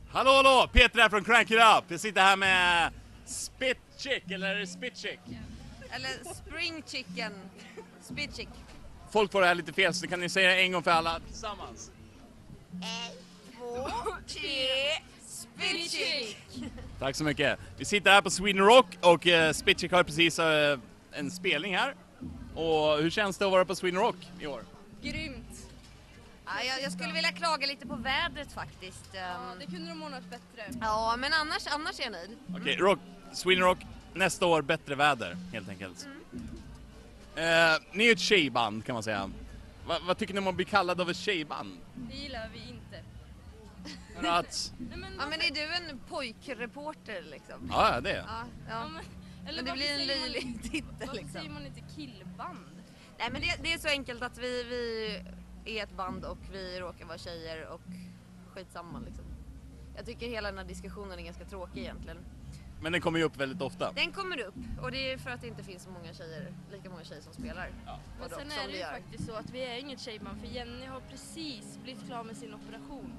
Hallå, hallå! Peter här från Crank It Up. Jag sitter här med Spit Chick, eller är det Spit Chick? Eller Spring Chicken. Spit Chick. Folk får det här lite fel, så kan ni säga det en gång för alla tillsammans. 1, 2, 3, Spit Chick. Tack så mycket. Vi sitter här på Sweden Rock och Spit Chick har precis en spelning här. Och hur känns det att vara på Sweden Rock i år? Grymt. Ja, jag skulle vilja klaga lite på vädret faktiskt. Ja, det kunde de ordnat bättre. Ja, men annars är jag nöjd. Okej, Sweden Rock, nästa år bättre väder helt enkelt. Ni är ett tjejband kan man säga. Vad tycker ni om att bli kallad av ett tjejband? Det gillar vi inte. Att... Ja, men är du en pojkreporter liksom? Ja, det är. Ja. Eller Men det blir en varför säger man- löjlig titel Varför liksom. säger man inte killband? Nej, men det är så enkelt att vi är ett band och vi råkar vara tjejer och skitsamma liksom. Jag tycker hela den här diskussionen är ganska tråkig egentligen. Men den kommer ju upp väldigt ofta. Den kommer upp och det är för att det inte finns så många tjejer, lika många tjejer som spelar. Ja. Men sen är det ju faktiskt så att vi är inget tjejband, för Jenny har precis blivit klar med sin operation.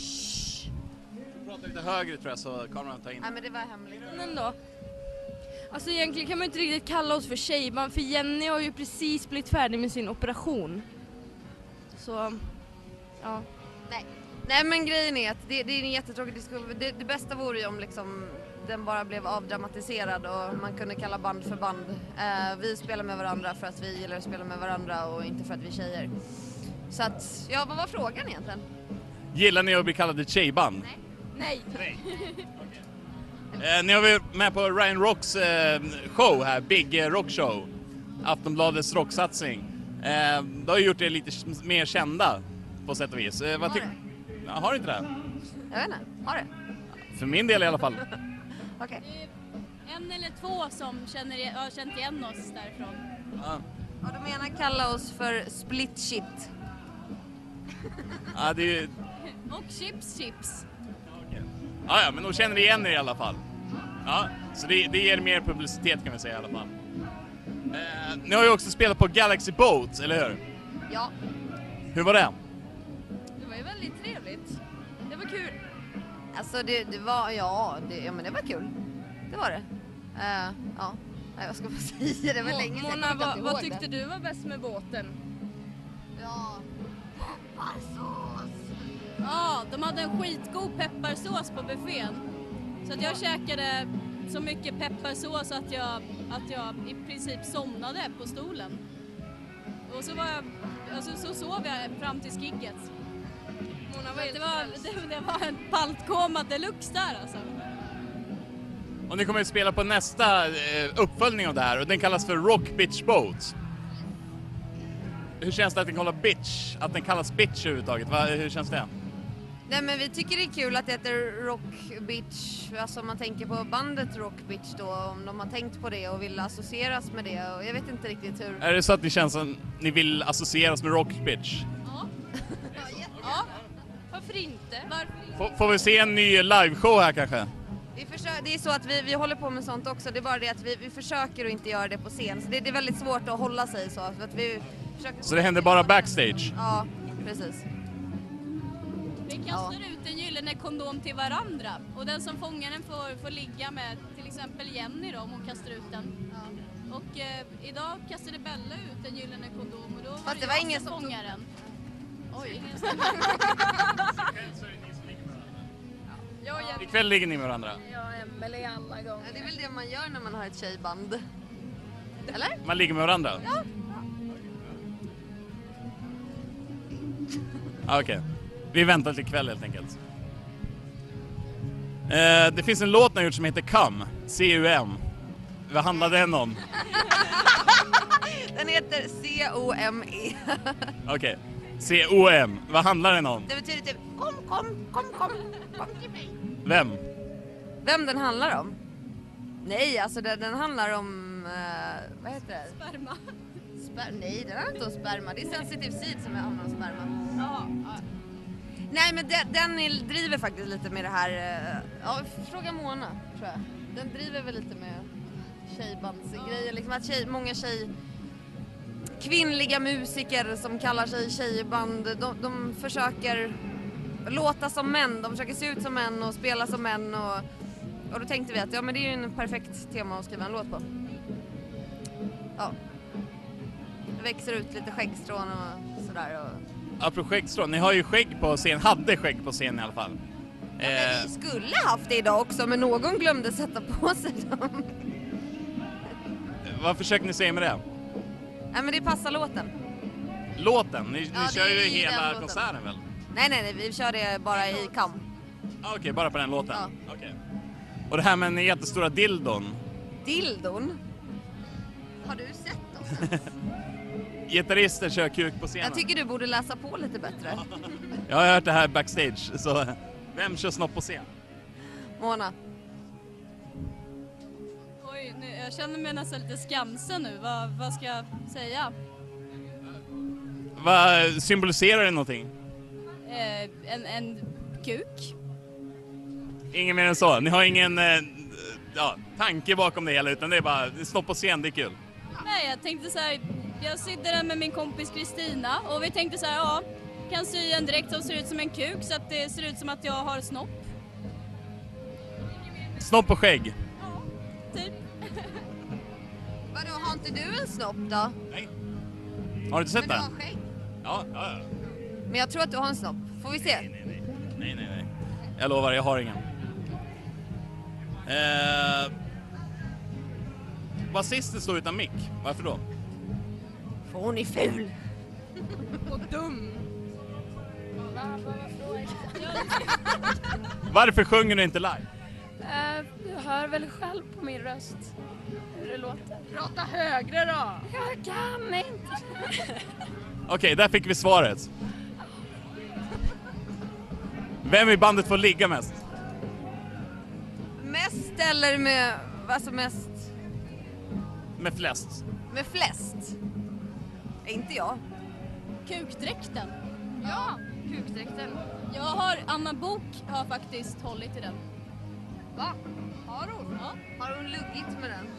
Du pratar lite högre tror jag så kameran tar in. Nej, men det var hemligt. Men då. Alltså egentligen kan man inte riktigt kalla oss för tjejband, för Jenny har ju precis blivit färdig med sin operation. Så, ja. Nej, men grejen är att det är en jättetråkig diskussion. Det bästa vore ju om liksom den bara blev avdramatiserad och man kunde kalla band för band. Vi spelar med varandra för att vi gillar att spela med varandra och inte för att vi är tjejer. Så att, ja, vad var frågan egentligen? Gillar ni att bli kallade ett tjejband? Nej. Ni har varit med på Ryan Rocks show här, Big Rock Show. Aftonbladets rocksatsning. Det har ju gjort er lite mer kända på sätt och vis. Vad Har det? Ja, har du inte det? Jag vet inte, har det? För min del i alla fall. Okej. En eller två som har känt igen oss därifrån. Ja. Och du menar kalla oss för split shit? Ja, det är ju... Och chips. Ja, men då känner ni igen er i alla fall. Ja, så det ger mer publicitet kan vi säga i alla fall. Ni har ju också spelat på Galaxy Boat, eller hur? Ja. Hur var det? Det var ju väldigt trevligt. Det var kul. Alltså det var, ja men det var kul. Det var det. Ja. Nej, vad ska man säga? Det var länge sedan. Mona, Jag kommer inte vad ihåg tyckte det. du var bäst med båten? Ja. Pepparsås. Ja, de hade en skitgod pepparsås på buffén. Så att jag käkade så mycket pepparsås att jag i princip somnade på stolen. Och så så sov jag fram till skigget. Mona var Det var en paltkoma deluxe där alltså. Och ni kommer att spela på nästa uppföljning av det här och den kallas för Rock Bitch Boat. Hur känns det att den kallas bitch överhuvudtaget? Hur känns det? Nej, men vi tycker det är kul att det heter Rock Bitch. Alltså om man tänker på bandet Rock Bitch då, om de har tänkt på det och vill associeras med det. Och jag vet inte riktigt hur. Är det så att det känns som ni vill associeras med Rock Bitch? Ja, varför inte? Får vi se en ny liveshow här kanske? Det är så att vi håller på med sånt också. Det är bara det att vi försöker att inte göra det på scen. Så det är väldigt svårt att hålla sig så. För att vi försöker... Så det händer bara backstage? Ja, precis. Vi kastar ut en gyllene kondom till varandra och den som fångar den får ligga med till exempel Jenny då, om hon kastar ut den. Ja. Och idag kastade Bella ut en gyllene kondom och då var det var jag ingen som som fångade den. Oj. Ikväll ligger ni med varandra? Jag och Emelie alla gånger. Det är väl det man gör när man har ett tjejband. Eller? Man ligger med varandra? Ja. Okej. Vi väntar till kväll helt enkelt. Det finns en låt ni har gjort som heter Come, C-U-M. Vad handlar den om? Den heter C-O-M-E. Okej. C-O-M. Vad handlar den om? Det betyder typ kom till mig. Vem Den handlar om? Nej, alltså den handlar om, vad heter det? Sperma. Nej, den handlar inte om sperma. Det är sensitiv seed som handlar om sperma. Ja. Nej, men den driver faktiskt lite med det här, ja, fråga Mona, tror jag. Den driver väl lite med tjejbandsgrejer, liksom att många kvinnliga musiker som kallar sig tjejband, de försöker låta som män. De försöker se ut som män och spela som män. Och då tänkte vi att ja, men det är ju en perfekt tema att skriva en låt på. Ja. Det växer ut lite skäggstrån och sådär. Apropå skäggstrån, ni har ju skägg på scen, hade skägg på scen i alla fall. Ja, men vi skulle haft det idag också, men någon glömde sätta på sig dem. Vad försöker ni säga med det? Nej, men det passar låten. Låten? Ni Ja, kör ju det är hela den låten. konserten väl? Nej, vi kör det bara i kam. Okej, bara på den låten? Ja. Okej. Och det här med den jättestora dildon. Dildon? Har du sett oss? Gitarrister kör kuk på scenen. Jag tycker du borde läsa på lite bättre. Jag har hört det här backstage, så vem kör snopp på scen? Mona. Oj, nu, jag känner mig nästan lite skamsen nu. Vad ska jag säga? Vad symboliserar det någonting? En kuk. Ingen mer än så. Ni har ingen tanke bakom det hela, utan det är bara snopp på scen, det är kul. Nej, jag tänkte så här. Jag sydde den med min kompis Kristina och vi tänkte så här, ja, kan sy en dräkt som ser ut som en kuk så att det ser ut som att jag har snopp. Snopp och skägg. Ja, typ. Vadå, har inte du en snopp då? Nej. Har du inte sett Men du det? har skägg. Ja. Men jag tror att du har en snopp. Får vi se? Nej. Jag lovar, jag har ingen. Basisten står utan mick. Varför då? För hon är ful. Och dum. Varför sjunger du inte live? Du hör väl själv på min röst hur det låter. Prata högre då! Jag kan inte. Okej, där fick vi svaret. Vem i bandet får ligga mest? Mest eller med, alltså mest Med flest. med flest? Inte jag. Kukdräkten. Ja, kukdräkten. Anna Bok har faktiskt hållit i den. Va? Har hon? Ja. Har hon luggit med den?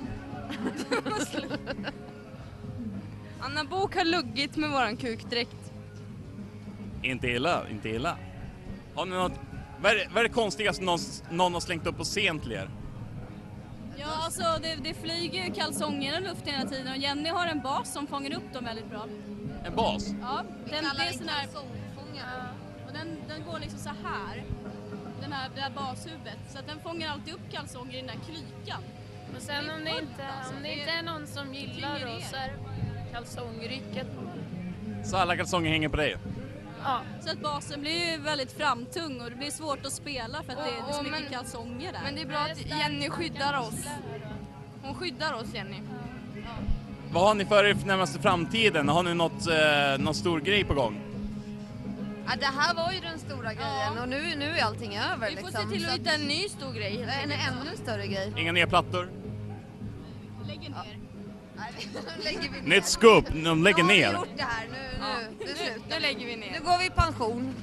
Anna Bok har luggit med våran kukdräkt. Inte illa. Har ni något... Vad är det konstigaste någon har slängt upp på scen till er? Ja, alltså det flyger ju kalsonger i luften hela tiden och Jenny har en bas som fångar upp dem väldigt bra. En bas? Ja, det är sån här, kalsongfångare. och den går liksom så här. Det här bashuvudet. Så att den fångar alltid upp kalsonger i den här klykan. Och sen om det inte är någon som gillar tynger då ner. så är det kalsongrycket. Så alla kalsonger hänger på dig? Ja. Så att basen blir ju väldigt framtung och det blir svårt att spela för att det är så mycket kalsonger där. Men det är bra att Jenny skyddar oss. Hon skyddar oss, Jenny. Vad har ni för er närmaste framtiden? Har ni någon stor grej på gång? Ja, det här var ju den stora grejen och nu är allting över Vi får liksom. se till Så att hitta en ny stor grej. helt en enkelt. ännu större grej. Inga nya plattor? Lägger ner. Nej, nu lägger vi ner. Nytt scoop, de lägger Nu har vi ner. gjort det här, nu är det slut. Nu lägger vi Nu ner. går vi i pension.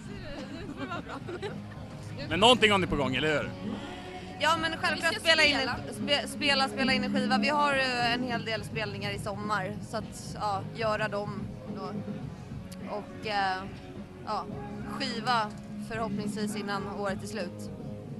Men någonting har ni på gång, eller hur? Ja, men självklart Vi ska spela in en skiva. Vi har en hel del spelningar i sommar så att göra dem då. Och skiva förhoppningsvis innan året är slut.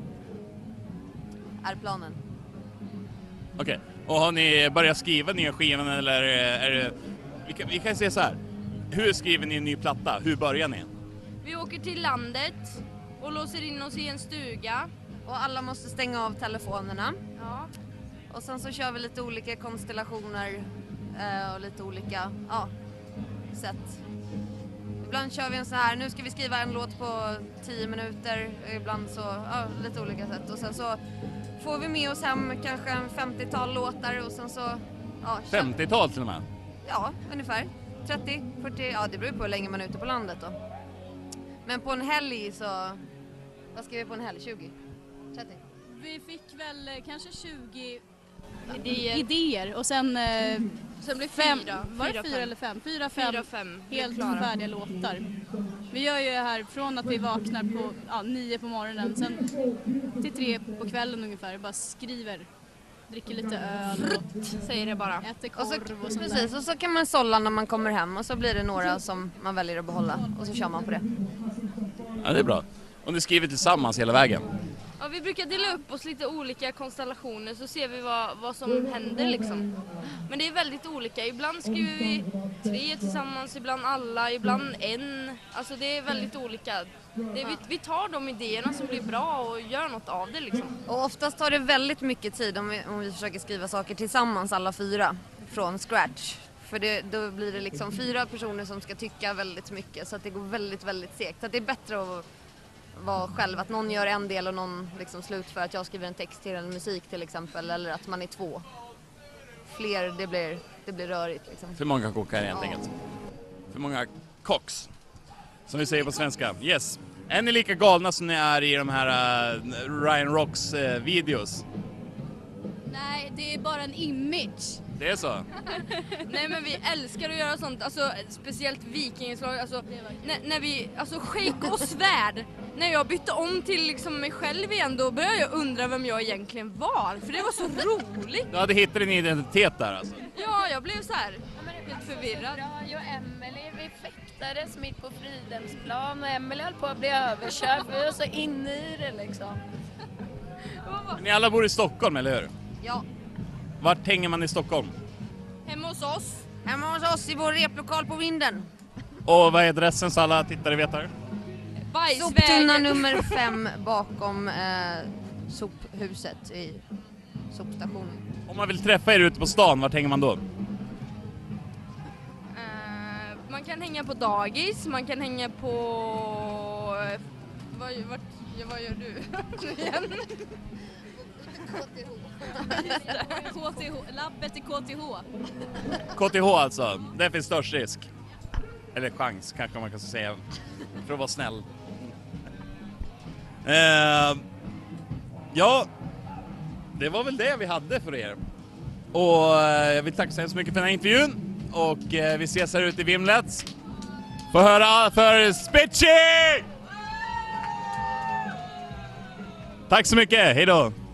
Är planen. Okej. Och har ni börjat skriva nya skivan eller är det... Vi kan se så här. Hur skriver ni en ny platta? Hur börjar ni? Vi åker till landet och låser in oss i en stuga. Och alla måste stänga av telefonerna. Ja. Och sen så kör vi lite olika konstellationer och lite olika sätt. Ibland kör vi en så här, nu ska vi skriva en låt på 10 minuter. Ibland så, lite olika sätt. Och sen så får vi med oss hem kanske en 50-tal låtar och sen så... 50-tal till och med? Ja, ungefär. 30, 40, det beror på hur länge man är ute på landet då. Men på en helg så... Vad ska vi på en helg? 20? 30? Vi fick väl kanske 20 Idéer. och sen Sen blir fem, fyra. var det 4 eller 5? 4-5 helt färdiga låtar. Vi gör ju det här från att vi vaknar på 9 på morgonen, sen till 3 på kvällen ungefär, bara skriver, dricker lite öl och Säger det bara. äter Och så, korv och sånt precis, där. och så kan man sålla när man kommer hem och så blir det några som man väljer att behålla och så kör man på det. Ja, det är bra. Och ni skriver tillsammans hela vägen? Ja, vi brukar dela upp oss lite olika konstellationer så ser vi vad som händer liksom. Men det är väldigt olika. Ibland skriver vi 3 tillsammans, ibland alla, ibland en. Alltså det är väldigt olika. Vi tar de idéerna som blir bra och gör något av det liksom. Och oftast tar det väldigt mycket tid om vi försöker skriva saker tillsammans alla 4 från scratch. För då blir det liksom 4 personer som ska tycka väldigt mycket så att det går väldigt, väldigt segt. Så att det är bättre att vara själv, att någon gör en del och någon liksom slutför, att jag skriver en text till en musik till exempel, eller att man är 2. Fler, det blir rörigt liksom. För många kockar helt enkelt. För många kocks, som vi säger på svenska. Yes. Är ni lika galna som ni är i de här Ryan Rocks videos? Nej, det är bara en image. Det är så? Nej, men vi älskar att göra sånt, alltså speciellt vikinginslag, alltså när vi, alltså skägg och svärd. När jag bytte om till liksom mig själv igen, då började jag undra vem jag egentligen var, för det var så roligt. Du hade hittat din identitet där alltså? Ja, jag blev så här helt förvirrad. Jag och Emelie, vi fäktades mitt på Fridhemsplan och Emelie höll på att bli överkörd för vi var så inne i det liksom. Men ni alla bor i Stockholm, eller hur? Ja. Vart hänger man i Stockholm? Hemma hos oss. Hemma hos oss i vår replokal på Vinden. Och vad är adressen så alla tittare vet här? Soptunna nummer 5 bakom sophuset i sopstationen. Om man vill träffa er ute på stan, vart hänger man då? Man kan hänga på dagis, man kan hänga på... Vad gör du? Igen? KTH, labbet i KTH. KTH alltså, det finns störst risk. Eller chans kanske man kan säga, för att vara snäll. Ja, det var väl det vi hade för er. Och jag vill tacka så hemskt mycket för den här intervjun. Och vi ses här ute i Vimlet. Få höra för Spitchy! Tack så mycket, hej då!